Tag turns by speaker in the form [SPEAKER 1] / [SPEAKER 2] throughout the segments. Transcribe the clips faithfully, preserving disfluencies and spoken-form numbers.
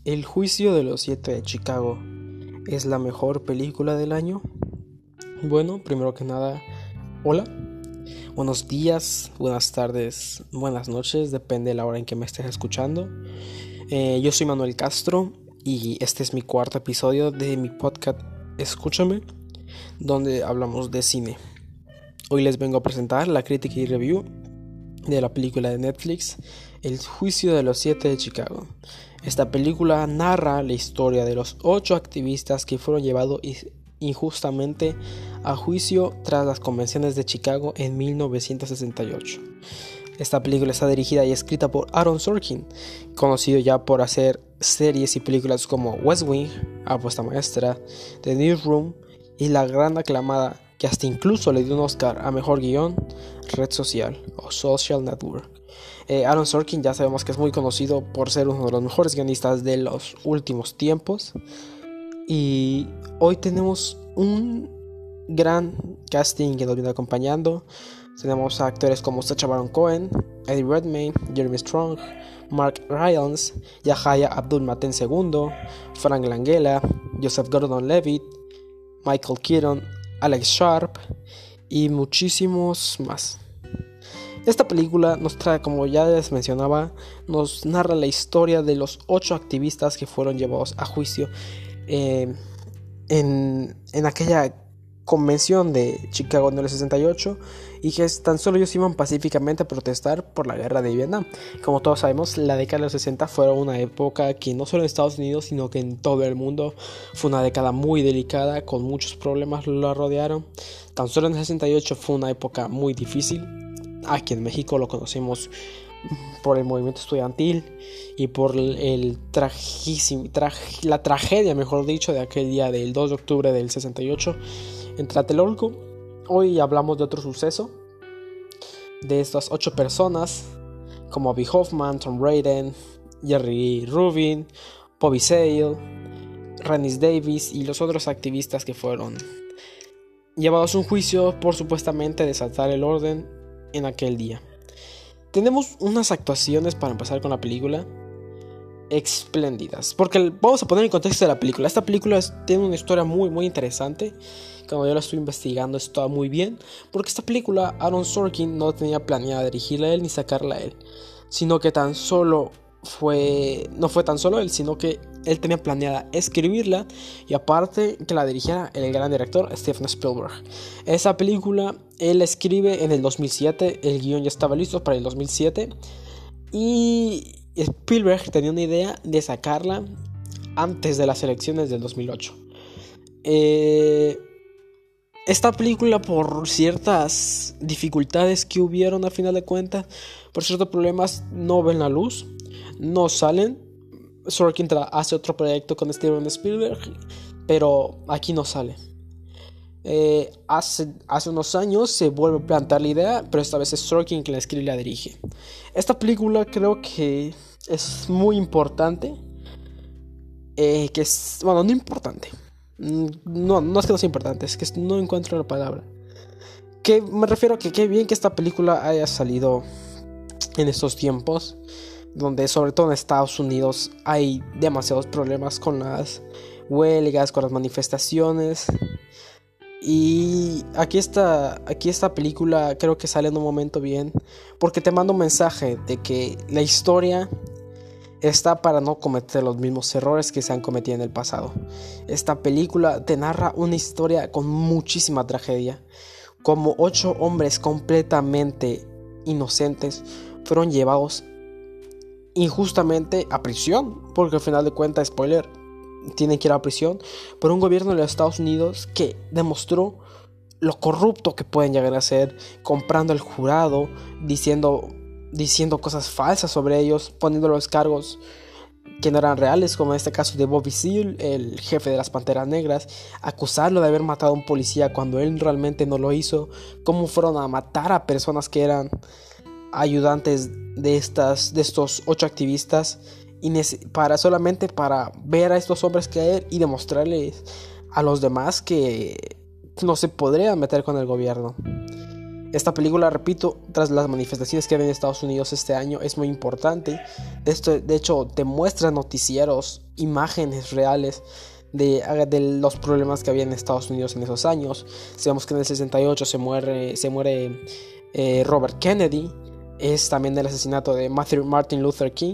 [SPEAKER 1] El juicio de los siete de Chicago es la mejor película del año. Bueno, primero que nada, hola, buenos días, buenas tardes, buenas noches, depende de la hora en que me estés escuchando. Eh, yo soy Manuel Castro y este es mi cuarto episodio de mi podcast Escúchame, donde hablamos de cine. Hoy les vengo a presentar la crítica y review de la película de Netflix, El juicio de los siete de Chicago. Esta película narra la historia de los ocho activistas que fueron llevados injustamente a juicio tras las convenciones de Chicago en mil novecientos sesenta y ocho. Esta película está dirigida y escrita por Aaron Sorkin, conocido ya por hacer series y películas como West Wing, Apuesta Maestra, The Newsroom y la gran aclamada, que hasta incluso le dio un Oscar a Mejor Guión, Red Social o Social Network. Eh, Aaron Sorkin ya sabemos que es muy conocido por ser uno de los mejores guionistas de los últimos tiempos. Y hoy tenemos un gran casting que nos viene acompañando. Tenemos a actores como Sacha Baron Cohen, Eddie Redmayne, Jeremy Strong, Mark Rylance, Yahya Abdul-Mateen segundo, Frank Langella, Joseph Gordon-Levitt, Michael Keaton, Alex Sharp y muchísimos más. Esta película nos trae, como ya les mencionaba, nos narra la historia de los ocho activistas que fueron llevados a juicio eh, en, en aquella convención de Chicago en el sesenta y ocho, y que tan solo ellos iban pacíficamente a protestar por la guerra de Vietnam. Como todos sabemos, la década de los sesenta fue una época que no solo en Estados Unidos, sino que en todo el mundo fue una década muy delicada, con muchos problemas la rodearon. Tan solo en el sesenta y ocho fue una época muy difícil. Aquí en México lo conocemos por el movimiento estudiantil y por el trajísimo, traj, la tragedia, mejor dicho, de aquel día del dos de octubre del sesenta y ocho en Tlatelolco. Hoy hablamos de otro suceso, de estas ocho personas, como Abby Hoffman, Tom Brayden, Jerry Rubin, Bobby Sale, Rennis Davis y los otros activistas que fueron llevados a un juicio por supuestamente desatar el orden en aquel día. Tenemos unas actuaciones, para empezar con la película, espléndidas, porque vamos a poner en contexto de la película. Esta película es, tiene una historia muy muy interesante. Como yo la estoy investigando, está muy bien, porque esta película Aaron Sorkin no tenía planeado dirigirla a él ni sacarla a él, sino que tan solo fue no fue tan solo él, sino que él tenía planeada escribirla y aparte que la dirigiera el gran director Steven Spielberg. Esa película él la escribe en el dos mil siete, el guión ya estaba listo para el dos mil siete y Spielberg tenía una idea de sacarla antes de las elecciones del dos mil ocho. Eh, esta película, por ciertas dificultades que hubieron a final de cuentas, por ciertos problemas, no ven la luz, no salen. Sorkin hace otro proyecto con Steven Spielberg, pero aquí no sale. Eh, hace, hace unos años se vuelve a plantear la idea, pero esta vez es Sorkin quien la escribe y la dirige. Esta película creo que es muy importante. Eh, que es, bueno, no importante. No, no es que no sea importante, es que no encuentro la palabra. Que me refiero a que qué bien que esta película haya salido en estos tiempos, donde sobre todo en Estados Unidos hay demasiados problemas con las huelgas, con las manifestaciones. Y aquí está, aquí esta película creo que sale en un momento bien, porque te manda un mensaje de que la historia está para no cometer los mismos errores que se han cometido en el pasado. Esta película te narra una historia con muchísima tragedia, como ocho hombres completamente inocentes fueron llevados injustamente a prisión, porque al final de cuentas, spoiler, tienen que ir a prisión por un gobierno de los Estados Unidos que demostró lo corrupto que pueden llegar a ser, comprando el jurado, diciendo, diciendo cosas falsas sobre ellos, poniendo los cargos que no eran reales, como en este caso de Bobby Seale, el jefe de las Panteras Negras, acusarlo de haber matado a un policía cuando él realmente no lo hizo, cómo fueron a matar a personas que eran ayudantes de, estas, de estos ocho activistas, y para solamente para ver a estos hombres caer y demostrarles a los demás que no se podrían meter con el gobierno. Esta película, repito, tras las manifestaciones que hay en Estados Unidos este año, es muy importante. De, esto, de hecho, te muestra noticieros, imágenes reales de, de los problemas que había en Estados Unidos en esos años. Sabemos que en el sesenta y ocho se muere, se muere eh, Robert Kennedy. Es también el asesinato de Martin Luther King.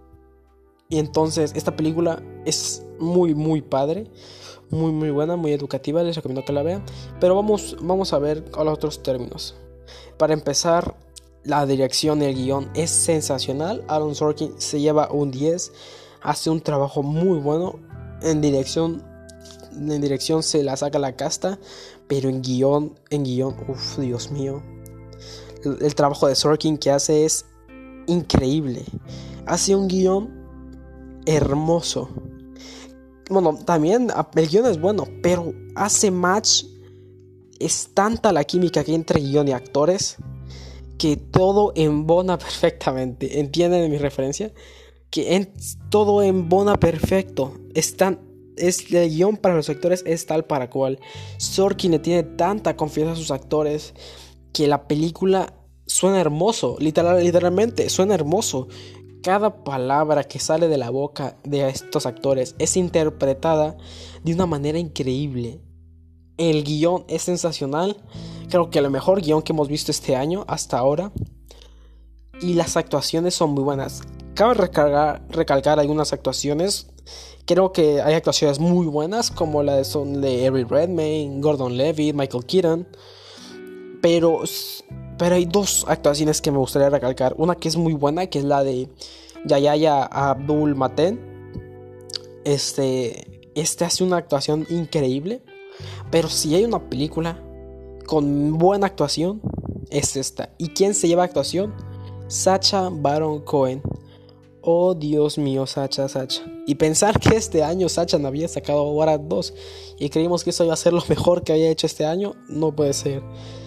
[SPEAKER 1] Y entonces esta película es muy muy padre, muy muy buena, muy educativa, les recomiendo que la vean. Pero vamos, vamos a ver a los otros términos. Para empezar, la dirección y el guión es sensacional. Aaron Sorkin se lleva un diez, hace un trabajo muy bueno. En dirección, en dirección se la saca la casta, pero en guión, en guión, uff, Dios mío. El, el trabajo de Sorkin que hace es increíble. Hace un guión hermoso. Bueno, también el guión es bueno, pero hace match. Es tanta la química que hay entre guión y actores que todo embona perfectamente. ¿Entienden mi referencia? Que en, todo embona perfecto. Es tan, es, el guión para los actores es tal para cual. Sorkin le tiene tanta confianza a sus actores que la película suena hermoso. Literal, literalmente suena hermoso. Cada palabra que sale de la boca de estos actores es interpretada de una manera increíble. El guión es sensacional. Creo que el mejor guión que hemos visto este año hasta ahora. Y las actuaciones son muy buenas. Cabe recalcar, recalcar algunas actuaciones. Creo que hay actuaciones muy buenas, como la de, son de Eddie Redmayne, Gordon Levitt, Michael Keaton. Pero, pero hay dos actuaciones que me gustaría recalcar. Una que es muy buena, que es la de Yahya Abdul-Mateen. Este, este hace una actuación increíble. Pero si hay una película con buena actuación, es esta. ¿Y quién se lleva actuación? Sacha Baron Cohen. Oh Dios mío, Sacha, Sacha. Y pensar que este año Sacha no había sacado Borat dos y creímos que eso iba a ser lo mejor que había hecho este año, no puede ser.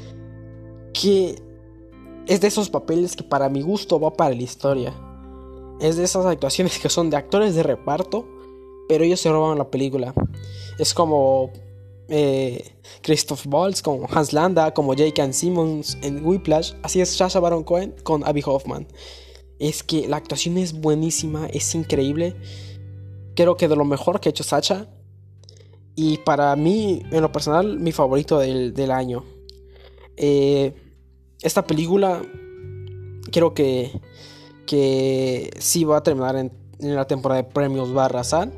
[SPEAKER 1] Que es de esos papeles que para mi gusto va para la historia. Es de esas actuaciones que son de actores de reparto, pero ellos se roban la película. Es como eh, Christoph Waltz, como Hans Landa, como J K. Simmons en Whiplash. Así es Sacha Baron Cohen con Abby Hoffman. Es que la actuación es buenísima, es increíble. Creo que de lo mejor que ha hecho Sacha. Y para mí, en lo personal, mi favorito del, del año. Eh, esta película creo que, que sí va a terminar en, en la temporada de premios, va a arrasar.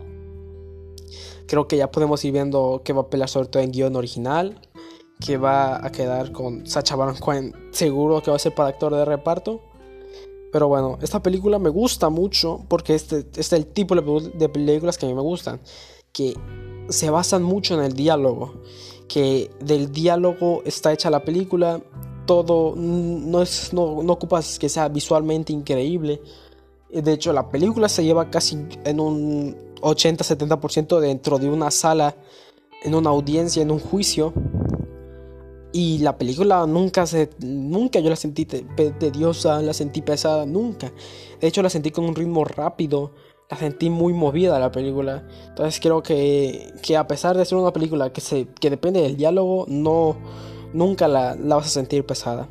[SPEAKER 1] Creo que ya podemos ir viendo que va a pelear sobre todo en guión original, que va a quedar con Sacha Baron Cohen, seguro que va a ser para actor de reparto. Pero bueno, esta película me gusta mucho porque este, este es el tipo de películas que a mí me gustan, que se basan mucho en el diálogo, que del diálogo está hecha la película. Todo no, es, no, no ocupas que sea visualmente increíble. De hecho, la película se lleva casi en un ochenta a setenta por ciento dentro de una sala, en una audiencia, en un juicio. Y la película nunca se nunca yo la sentí tediosa, la sentí pesada, nunca. De hecho, la sentí con un ritmo rápido, la sentí muy movida la película. Entonces creo que, que a pesar de ser una película que, se, que depende del diálogo, no, nunca la, la vas a sentir pesada.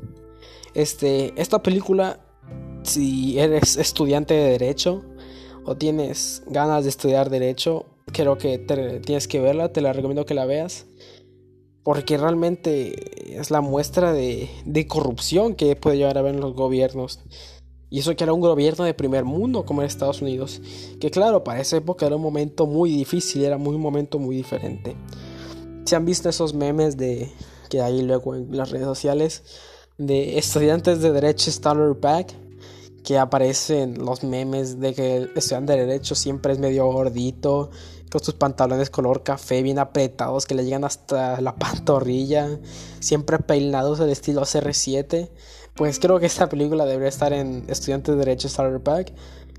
[SPEAKER 1] Este, esta película, si eres estudiante de Derecho o tienes ganas de estudiar Derecho, creo que te, tienes que verla, te la recomiendo que la veas. Porque realmente es la muestra de, de corrupción que puede llegar a haber en los gobiernos. Y eso que era un gobierno de primer mundo como en Estados Unidos. Que claro, para esa época era un momento muy difícil, era muy, un momento muy diferente. ¿Se han visto esos memes de que hay luego en las redes sociales de estudiantes de Derecho Starter Pack? Que aparecen los memes de que el estudiante de Derecho siempre es medio gordito, con sus pantalones color café bien apretados que le llegan hasta la pantorrilla, siempre peinados al estilo C R siete. Pues creo que esta película debería estar en Estudiantes de Derecho Starter Pack,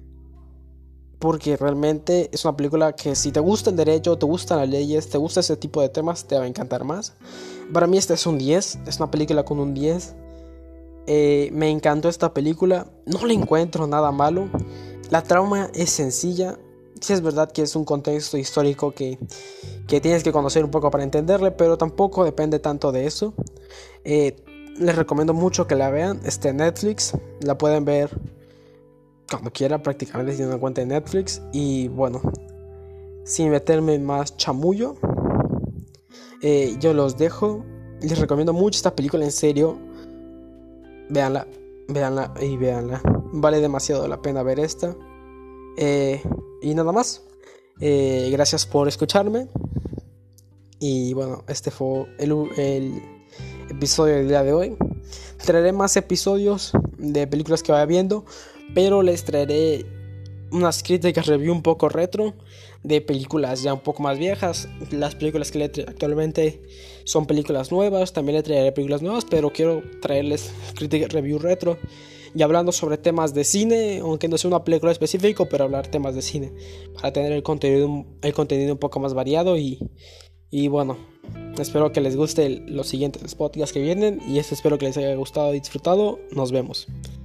[SPEAKER 1] porque realmente es una película que si te gusta el derecho, te gustan las leyes, te gusta ese tipo de temas, te va a encantar más. Para mí este es un diez, es una película con un diez. Eh, me encantó esta película, no le encuentro nada malo. La trama es sencilla. Sí es verdad que es un contexto histórico que, que tienes que conocer un poco para entenderle, pero tampoco depende tanto de eso. Eh, les recomiendo mucho que la vean. Está en Netflix, la pueden ver cuando quiera, prácticamente tiene una cuenta de Netflix. Y bueno, sin meterme en más chamullo, eh, yo los dejo. Les recomiendo mucho esta película, en serio. Véanla, véanla y véanla. Vale demasiado la pena ver esta. Eh, y nada más. Eh, gracias por escucharme. Y bueno, este fue el, el episodio del día de hoy. Traeré más episodios de películas que vaya viendo, pero les traeré unas críticas review un poco retro de películas ya un poco más viejas. Las películas que le traigo actualmente son películas nuevas. También le traeré películas nuevas, pero quiero traerles críticas review retro y hablando sobre temas de cine, aunque no sea una película específica, pero hablar temas de cine para tener el contenido, el contenido un poco más variado. Y, y bueno, espero que les guste el, los siguientes podcasts que vienen, y esto espero que les haya gustado y disfrutado. Nos vemos.